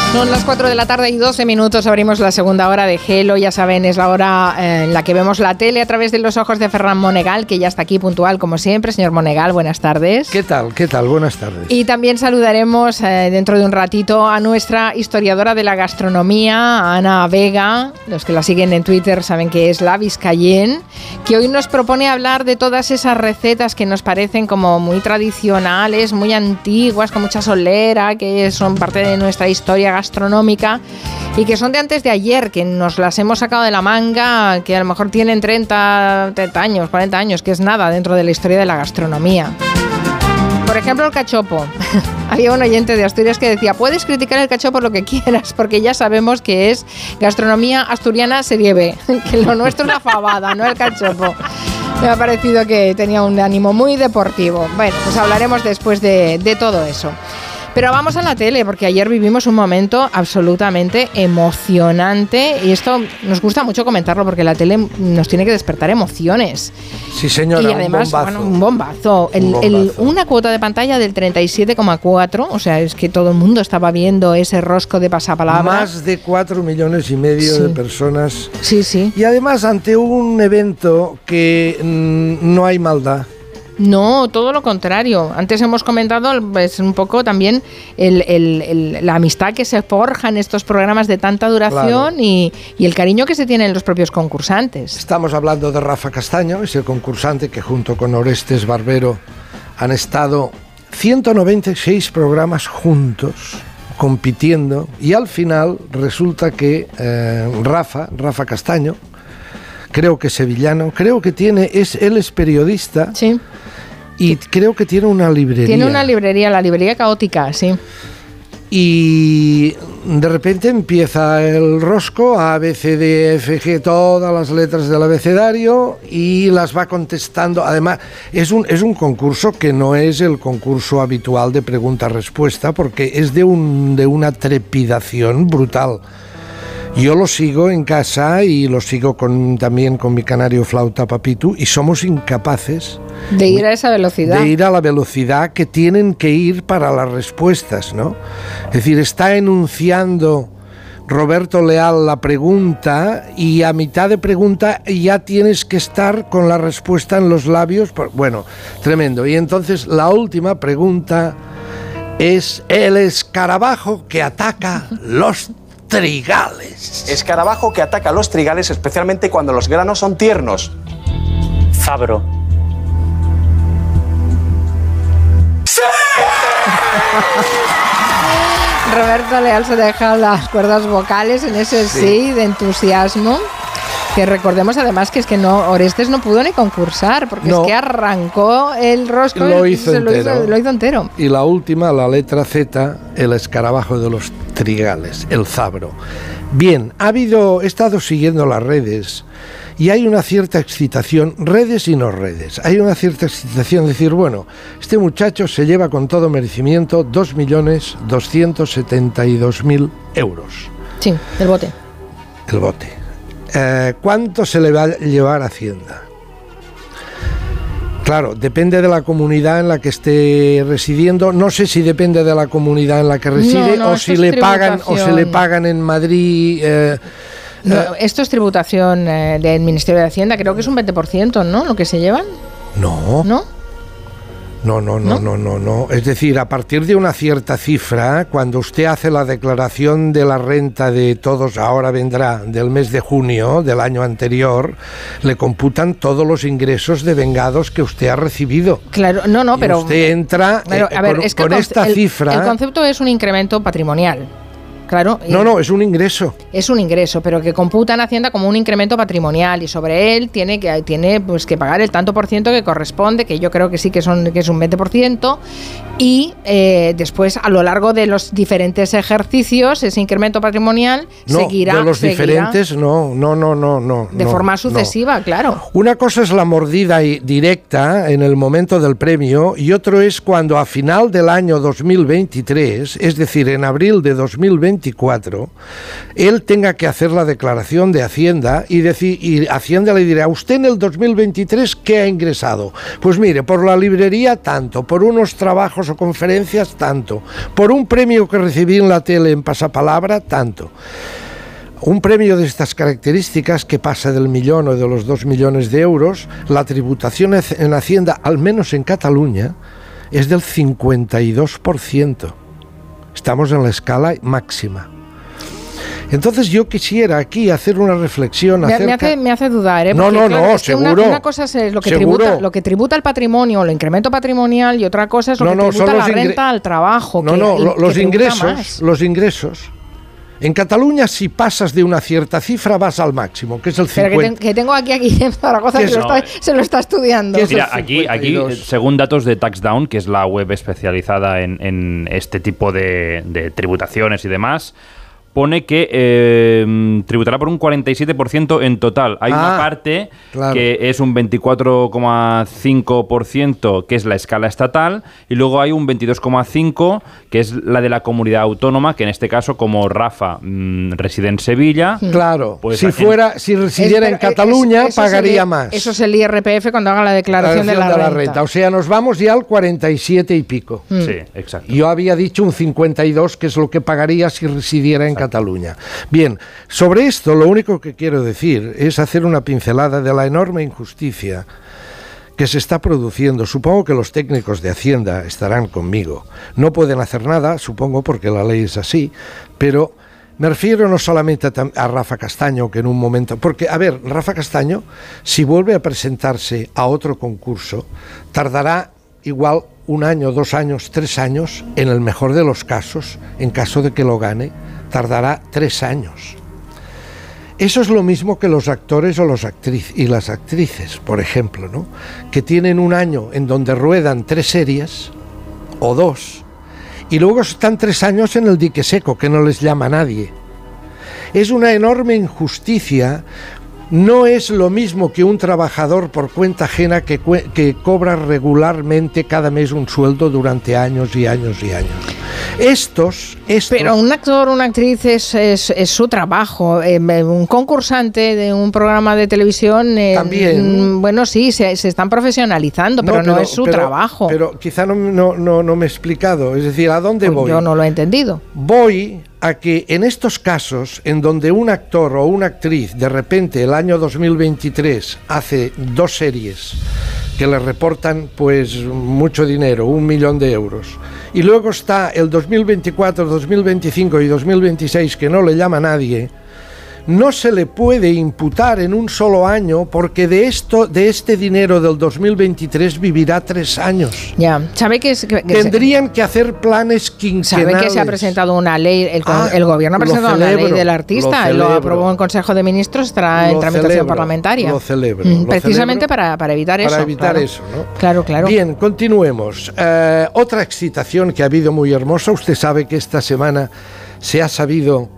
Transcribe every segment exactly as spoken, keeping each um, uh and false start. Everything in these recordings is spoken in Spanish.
Son las cuatro de la tarde y doce minutos, abrimos la segunda hora de Gelo, ya saben, es la hora eh, en la que vemos la tele a través de los ojos de Ferran Monegal, que ya está aquí puntual como siempre. Señor Monegal, buenas tardes. ¿Qué tal? ¿Qué tal? Buenas tardes. Y también saludaremos eh, dentro de un ratito a nuestra historiadora de la gastronomía, Ana Vega. Los que la siguen en Twitter saben que es la Vizcayen, que hoy nos propone hablar de todas esas recetas que nos parecen como muy tradicionales, muy antiguas, con mucha solera, que son parte de nuestra historia gastronómica y que son de antes de ayer, que nos las hemos sacado de la manga, que a lo mejor tienen treinta, treinta años, cuarenta años, que es nada dentro de la historia de la gastronomía. Por ejemplo, el cachopo. Había un oyente de Asturias que decía, puedes criticar el cachopo lo que quieras, porque ya sabemos que es gastronomía asturiana serie B, que lo nuestro es la fabada, no el cachopo. Me ha parecido que tenía un ánimo muy deportivo. Bueno, pues hablaremos después de, de todo eso. Pero vamos a la tele, porque ayer vivimos un momento absolutamente emocionante y esto nos gusta mucho comentarlo porque la tele nos tiene que despertar emociones. Sí, señora, y además, un bombazo. Bueno, un bombazo. El, un bombazo. El, una cuota de pantalla del treinta y siete coma cuatro, o sea, es que todo el mundo estaba viendo ese rosco de pasapalabra. Más de cuatro millones y medio sí. de personas. Sí, sí. Y además ante un evento que mmm, no hay maldad. No, todo lo contrario. Antes hemos comentado pues, un poco también el, el, el, la amistad que se forja en estos programas de tanta duración, claro. y, y el cariño que se tiene en los propios concursantes. Estamos hablando de Rafa Castaño, ese concursante que junto con Orestes Barbero han estado ciento noventa y seis programas juntos compitiendo y al final resulta que eh, Rafa, Rafa Castaño, creo que sevillano, creo que tiene, es, él es periodista. Sí. Y creo que tiene una librería. Tiene una librería, la librería caótica, sí. Y de repente empieza el rosco, A, B, C, D, F, G, todas las letras del abecedario y las va contestando. Además, es un, es un concurso que no es el concurso habitual de pregunta-respuesta porque es de, un, de una trepidación brutal. Yo lo sigo en casa y lo sigo con, también con mi canario flauta Papitu y somos incapaces de ir a esa velocidad. De ir a la velocidad que tienen que ir para las respuestas, ¿no? Es decir, está enunciando Roberto Leal la pregunta y a mitad de pregunta ya tienes que estar con la respuesta en los labios. Bueno, tremendo. Y entonces la última pregunta es el escarabajo que ataca los trigales. Escarabajo que ataca los trigales, especialmente cuando los granos son tiernos. Zabro. ¡Sí! Roberto Leal se deja las cuerdas vocales en ese sí, sí de entusiasmo. Que recordemos además que es que no Orestes no pudo ni concursar porque no. Es que arrancó el rosco lo hizo, se lo, hizo, lo hizo entero. Y la última, la letra Z, el escarabajo de los trigales, el zabro. Bien, ha habido, he estado siguiendo las redes y hay una cierta excitación, redes y no redes, hay una cierta excitación de decir, bueno, este muchacho se lleva con todo merecimiento dos millones doscientos setenta y dos mil euros. Sí, el bote. El bote. Eh, ¿Cuánto se le va a llevar a Hacienda? Claro, depende de la comunidad en la que esté residiendo. No sé si depende de la comunidad en la que reside no, no, o si le pagan o se le pagan en Madrid. Eh, no, eh, esto es tributación eh, del Ministerio de Hacienda. Creo que es un veinte por ciento, ¿no? Lo que se llevan. No. ¿No? No, no, no, no, no, no. Es decir, a partir de una cierta cifra, cuando usted hace la declaración de la renta de todos, ahora vendrá, del mes de junio del año anterior, le computan todos los ingresos devengados que usted ha recibido. Claro, no, no, y pero... usted entra pero, eh, a ver, con, es que con el, esta el, cifra... El concepto es un incremento patrimonial. Claro. No, no, es un ingreso. Es un ingreso, pero que computa en Hacienda como un incremento patrimonial y sobre él tiene que tiene pues que pagar el tanto por ciento que corresponde, que yo creo que sí que son que es un veinte por ciento, y eh, después a lo largo de los diferentes ejercicios ese incremento patrimonial no, seguirá. de los seguirá diferentes no, no, no, no, no. De no, forma sucesiva, no. claro. Una cosa es la mordida directa en el momento del premio y otro es cuando a final del año dos mil veintitrés, es decir, en abril de dos mil veintitrés, veinticuatro, él tenga que hacer la declaración de Hacienda y, decir, y Hacienda le dirá, ¿usted en el dos mil veintitrés qué ha ingresado? Pues mire, por la librería tanto, por unos trabajos o conferencias tanto, por un premio que recibí en la tele en Pasapalabra tanto. Un premio de estas características que pasa del millón o de los dos millones de euros, la tributación en Hacienda, al menos en Cataluña, es del cincuenta y dos por ciento. Estamos en la escala máxima. Entonces yo quisiera aquí hacer una reflexión me, acerca... me, hace, me hace dudar, ¿eh? Porque, no, no, claro, no, es seguro. Una, una cosa es lo que, tributa, lo que tributa el patrimonio, el incremento patrimonial, y otra cosa es lo no, que no, tributa la renta al trabajo. No, que, no, lo, que los ingresos, más. los ingresos... En Cataluña, si pasas de una cierta cifra, vas al máximo, que es el cincuenta. Pero que, te, que tengo aquí, aquí en Zaragoza, que lo no, está, se lo está estudiando. Mira, aquí, aquí, según datos de TaxDown, que es la web especializada en, en este tipo de, de tributaciones y demás, pone que eh, tributará por un cuarenta y siete por ciento en total. Hay ah, una parte claro. que es un veinticuatro coma cinco por ciento, que es la escala estatal, y luego hay un veintidós coma cinco por ciento, que es la de la comunidad autónoma, que en este caso, como Rafa mmm, reside en Sevilla... Claro, pues si, en, fuera, si residiera es, en Cataluña, es, pagaría el, más. Eso es el I R P F cuando haga la declaración, la declaración de, la, de la renta. O sea, nos vamos ya al cuarenta y siete y pico. Mm. Sí, exacto. Yo había dicho un cincuenta y dos, que es lo que pagaría si residiera en Cataluña. Cataluña. Bien, sobre esto lo único que quiero decir es hacer una pincelada de la enorme injusticia que se está produciendo. Supongo que los técnicos de Hacienda estarán conmigo. No pueden hacer nada, supongo, porque la ley es así, pero me refiero no solamente a, a Rafa Castaño, que en un momento... Porque, a ver, Rafa Castaño, si vuelve a presentarse a otro concurso, tardará igual un año, dos años, tres años, en el mejor de los casos, en caso de que lo gane, tardará tres años. Eso es lo mismo que los actores o los actriz y las actrices, por ejemplo, ¿no? Que tienen un año en donde ruedan tres series o dos y luego están tres años en el dique seco, que no les llama nadie. Es una enorme injusticia. No es lo mismo que un trabajador por cuenta ajena que, que cobra regularmente cada mes un sueldo durante años y años y años. Estos, estos... Pero un actor o una actriz es, es, es su trabajo. Eh, un concursante de un programa de televisión... Eh, También. Bueno, sí, se, se están profesionalizando, pero no, pero, no es su pero, trabajo. Pero quizá no, no, no, no me he explicado. Es decir, ¿a dónde pues voy? Yo no lo he entendido. Voy a que en estos casos, en donde un actor o una actriz de repente el año dos mil veintitrés hace dos series que le reportan pues mucho dinero, un millón de euros, y luego está el dos mil veinticuatro, dos mil veinticinco y dos mil veintiséis que no le llama nadie, no se le puede imputar en un solo año, porque de esto, de este dinero del dos mil veintitrés vivirá tres años. Ya, sabe que, es, que tendrían se, que hacer planes quinquenales. Sabe que se ha presentado una ley, el, ah, el gobierno ha presentado celebro, una ley del artista, lo, lo aprobó en Consejo de Ministros, estará en tramitación celebro, parlamentaria. Lo celebro. Mm, lo precisamente celebro para, para evitar eso. Para evitar claro. eso, ¿no? Claro, claro. Bien, continuemos. Uh, otra excitación que ha habido muy hermosa. Usted sabe que esta semana se ha sabido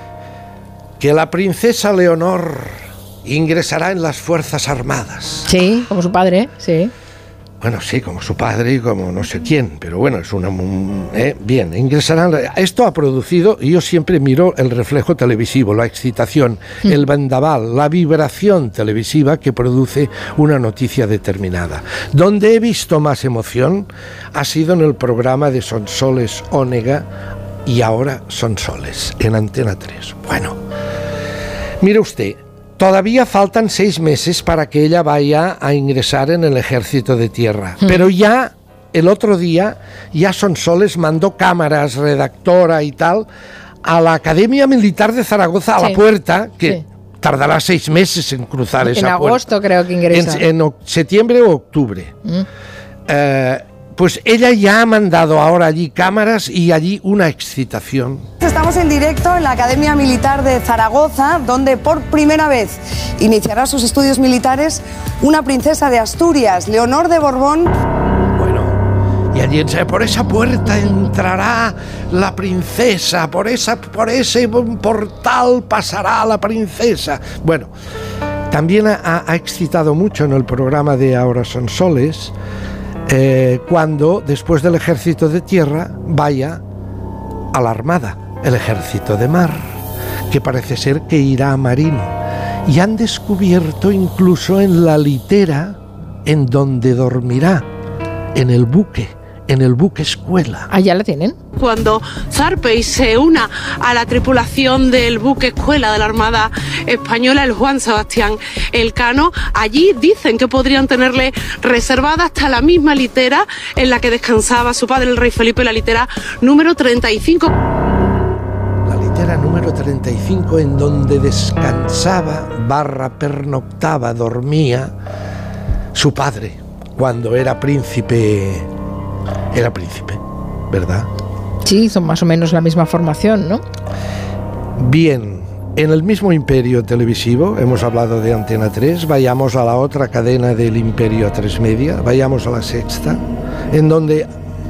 que la princesa Leonor ingresará en las Fuerzas Armadas. Sí, como su padre, sí. Bueno, sí, como su padre y como no sé quién, pero bueno, es una... Eh, bien, ingresarán... Esto ha producido, y yo siempre miro el reflejo televisivo, la excitación, mm. el vendaval, la vibración televisiva que produce una noticia determinada. Donde he visto más emoción ha sido en el programa de Sonsoles Onega y ahora Sonsoles, en Antena tres. Bueno, mire usted, todavía faltan seis meses para que ella vaya a ingresar en el Ejército de Tierra, mm. pero ya el otro día, ya Sonsoles mandó cámaras, redactora y tal, a la Academia Militar de Zaragoza, a sí. la puerta, que sí. tardará seis meses en cruzar en esa puerta. En agosto creo que ingresa. En, en septiembre o octubre. Mm. Eh, Pues ella ya ha mandado ahora allí cámaras y allí una excitación. Estamos en directo en la Academia Militar de Zaragoza, donde por primera vez iniciará sus estudios militares una princesa de Asturias, Leonor de Borbón. Bueno, y allí por esa puerta entrará la princesa, por, esa, por ese portal pasará la princesa. Bueno, también ha, ha excitado mucho en el programa de Ahora Sonsoles, Eh, cuando después del Ejército de Tierra vaya a la Armada. el ejército de mar, que parece ser que irá a Marín. Y han descubierto incluso en la litera en donde dormirá, en el buque, en el buque escuela. ¿Ah, ya la tienen? Cuando zarpe y se una a la tripulación del buque escuela de la Armada Española, el Juan Sebastián Elcano, allí dicen que podrían tenerle reservada hasta la misma litera en la que descansaba su padre, el rey Felipe, la litera número treinta y cinco. La litera número treinta y cinco, en donde descansaba, barra pernoctaba, dormía su padre cuando era príncipe. Era príncipe, ¿verdad? Sí, son más o menos la misma formación, ¿no? Bien, en el mismo imperio televisivo, hemos hablado de Antena tres, vayamos a la otra cadena del imperio A tres Media, vayamos a la Sexta, en donde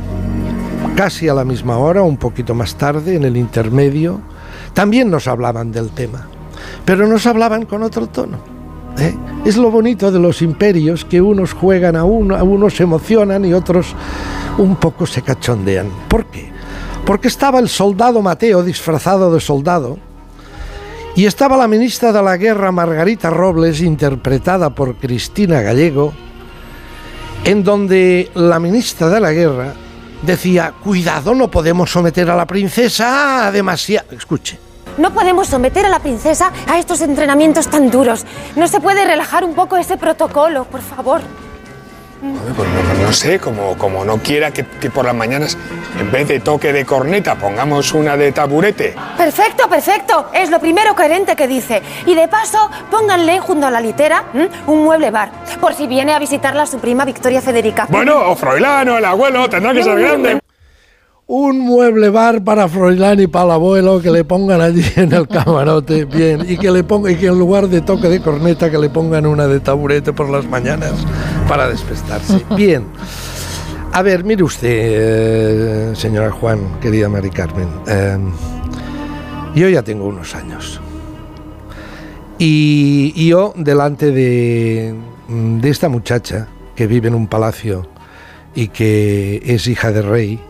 casi a la misma hora, un poquito más tarde, en el intermedio, también nos hablaban del tema, pero nos hablaban con otro tono. ¿Eh? Es lo bonito de los imperios, que unos juegan a uno, a unos se emocionan y otros un poco se cachondean. ¿Por qué? Porque estaba el soldado Mateo disfrazado de soldado y estaba la ministra de la Guerra Margarita Robles, interpretada por Cristina Gallego, en donde la ministra de la Guerra decía: cuidado, no podemos someter a la princesa a demasiado... Escuche. No podemos someter a la princesa a estos entrenamientos tan duros. No se puede relajar un poco ese protocolo, por favor. Pues no, no sé, como, como no quiera que, que por las mañanas, en vez de toque de corneta, pongamos una de taburete. Perfecto, perfecto. Es lo primero coherente que dice. Y de paso, pónganle junto a la litera ¿m? un mueble bar, por si viene a visitarla su prima Victoria Federica. Bueno, o Froilán o el abuelo, tendrá que ser grande. Un mueble bar para Froilán y para el abuelo, que le pongan allí en el camarote, bien, y que le ponga, y que en lugar de toque de corneta, que le pongan una de taburete por las mañanas para despertarse. Bien. A ver, mire usted, eh, señora Juan, querida Mari Carmen, eh, yo ya tengo unos años. Y, y yo, delante de, de esta muchacha que vive en un palacio y que es hija de rey,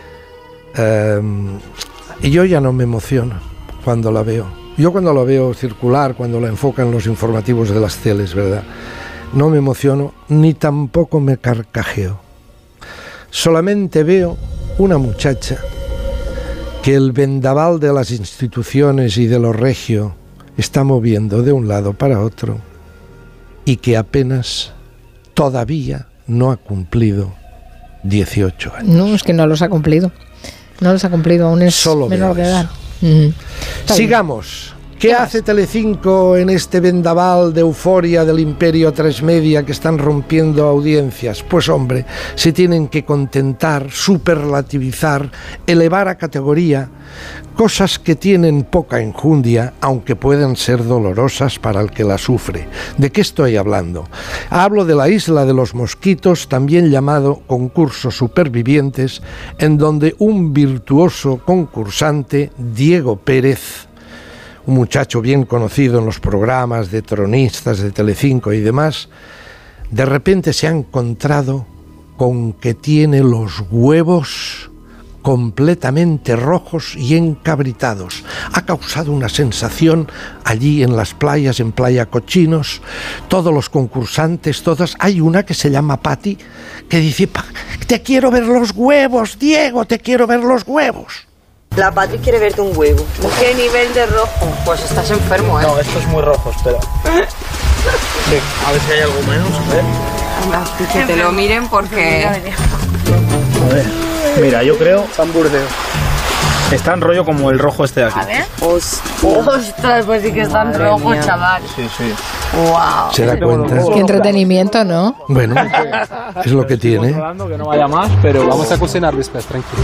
Um, y yo ya no me emociono cuando la veo. Yo cuando la veo circular, cuando la enfocan los informativos de las teles, ¿verdad? No me emociono ni tampoco me carcajeo. Solamente veo una muchacha que el vendaval de las instituciones y de lo regio está moviendo de un lado para otro y que apenas todavía no ha cumplido dieciocho años. No, es que no los ha cumplido. No los ha cumplido, aún es Solo menor de edad. Uh-huh. Sigamos. ¿Qué hace Telecinco en este vendaval de euforia del imperio A tres Media que están rompiendo audiencias? Pues hombre, se tienen que contentar, superlativizar, elevar a categoría cosas que tienen poca enjundia, aunque puedan ser dolorosas para el que la sufre. ¿De qué estoy hablando? Hablo de la Isla de los Mosquitos, también llamado Concurso Supervivientes, en donde un virtuoso concursante, Diego Pérez, un muchacho bien conocido en los programas de tronistas de Telecinco y demás, de repente se ha encontrado con que tiene los huevos completamente rojos y encabritados. Ha causado una sensación allí en las playas, en Playa Cochinos. Todos los concursantes, todas. Hay una que se llama Patti, que dice: te quiero ver los huevos, Diego, te quiero ver los huevos. La Patri quiere verte un huevo. ¿Qué nivel de rojo? Pues estás enfermo, ¿eh? No, esto es muy rojo, espera. Sí, a ver si hay algo menos, a ver. Anda, que te lo miren porque... A ver, mira, yo creo... San Burdeo. Está en rollo como el rojo este de aquí. A ver. Ostras, pues sí que está en rojo, mía. Chaval. Sí, sí. Wow. ¿Se da cuenta? Qué entretenimiento, ¿no? Bueno, es lo que tiene. Que no vaya más, pero vamos a cocinar después, tranquilo.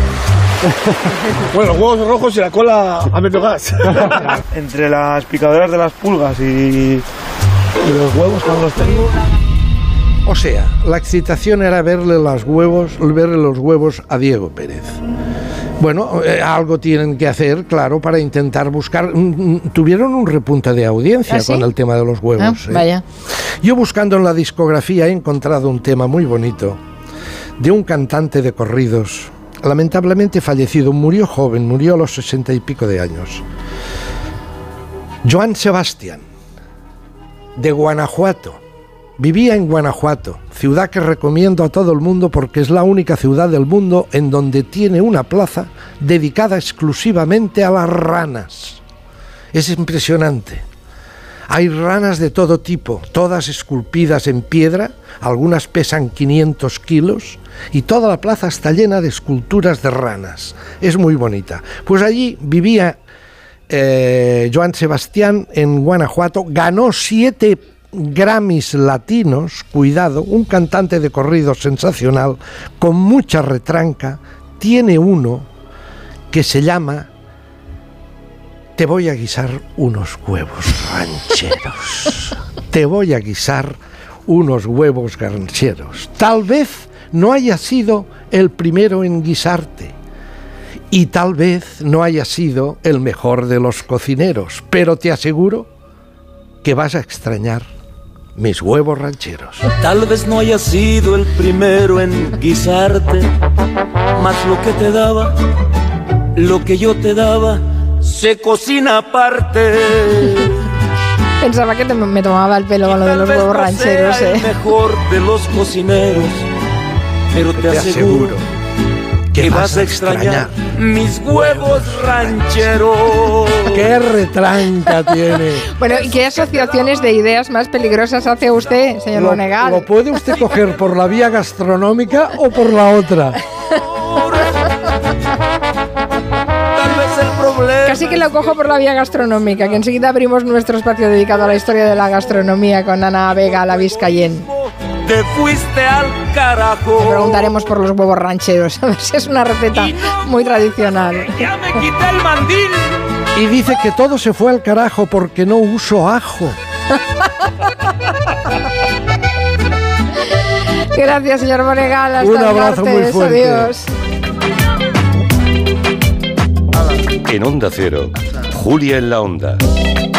Bueno, los huevos rojos y la cola a medio gas. Entre las picadoras de las pulgas y, y los huevos cuando los tengo. O sea, la excitación era verle los huevos, verle los huevos a Diego Pérez. Bueno, eh, algo tienen que hacer, claro, para intentar buscar... Mm, tuvieron un repunte de audiencia ¿Ah, sí? con el tema de los huevos. Ah, ¿eh? Vaya. Yo buscando en la discografía he encontrado un tema muy bonito de un cantante de corridos lamentablemente fallecido, murió joven, murió a los sesenta y pico de años. Joan Sebastián, de Guanajuato. Vivía en Guanajuato, ciudad que recomiendo a todo el mundo porque es la única ciudad del mundo en donde tiene una plaza dedicada exclusivamente a las ranas. Es impresionante. Hay ranas de todo tipo, todas esculpidas en piedra, algunas pesan quinientos kilos y toda la plaza está llena de esculturas de ranas. Es muy bonita. Pues allí vivía eh, Joan Sebastián en Guanajuato, ganó siete Grammys latinos, cuidado, un cantante de corrido sensacional, con mucha retranca. Tiene uno que se llama Te voy a guisar unos huevos rancheros. Te voy a guisar unos huevos rancheros. Tal vez no haya sido el primero en guisarte y tal vez no haya sido el mejor de los cocineros, pero te aseguro que vas a extrañar mis huevos rancheros. Tal vez no haya sido el primero en guisarte, mas lo que te daba, lo que yo te daba, se cocina aparte. Pensaba que te, me tomaba el pelo con lo de los huevos no rancheros. Sea eh. el mejor de los cocineros, pero te, te aseguro, aseguro que vas a extrañar mis huevos rancheros. ¡Qué retranca tiene! Bueno, ¿y qué asociaciones de ideas más peligrosas hace usted, señor lo, Monegal? Lo puede usted coger por la vía gastronómica o por la otra. Casi que lo cojo por la vía gastronómica, que enseguida abrimos nuestro espacio dedicado a la historia de la gastronomía con Ana Vega, la Vizcayen. Te fuiste al carajo. Le preguntaremos por los huevos rancheros, a ver si es una receta no, muy tradicional. Ya me quité el mandil. Y dice que todo se fue al carajo porque no uso ajo. Gracias, señor Monegal. Hasta un abrazo el martes. Muy fuerte. Adiós. En Onda Cero, Julia en la Onda.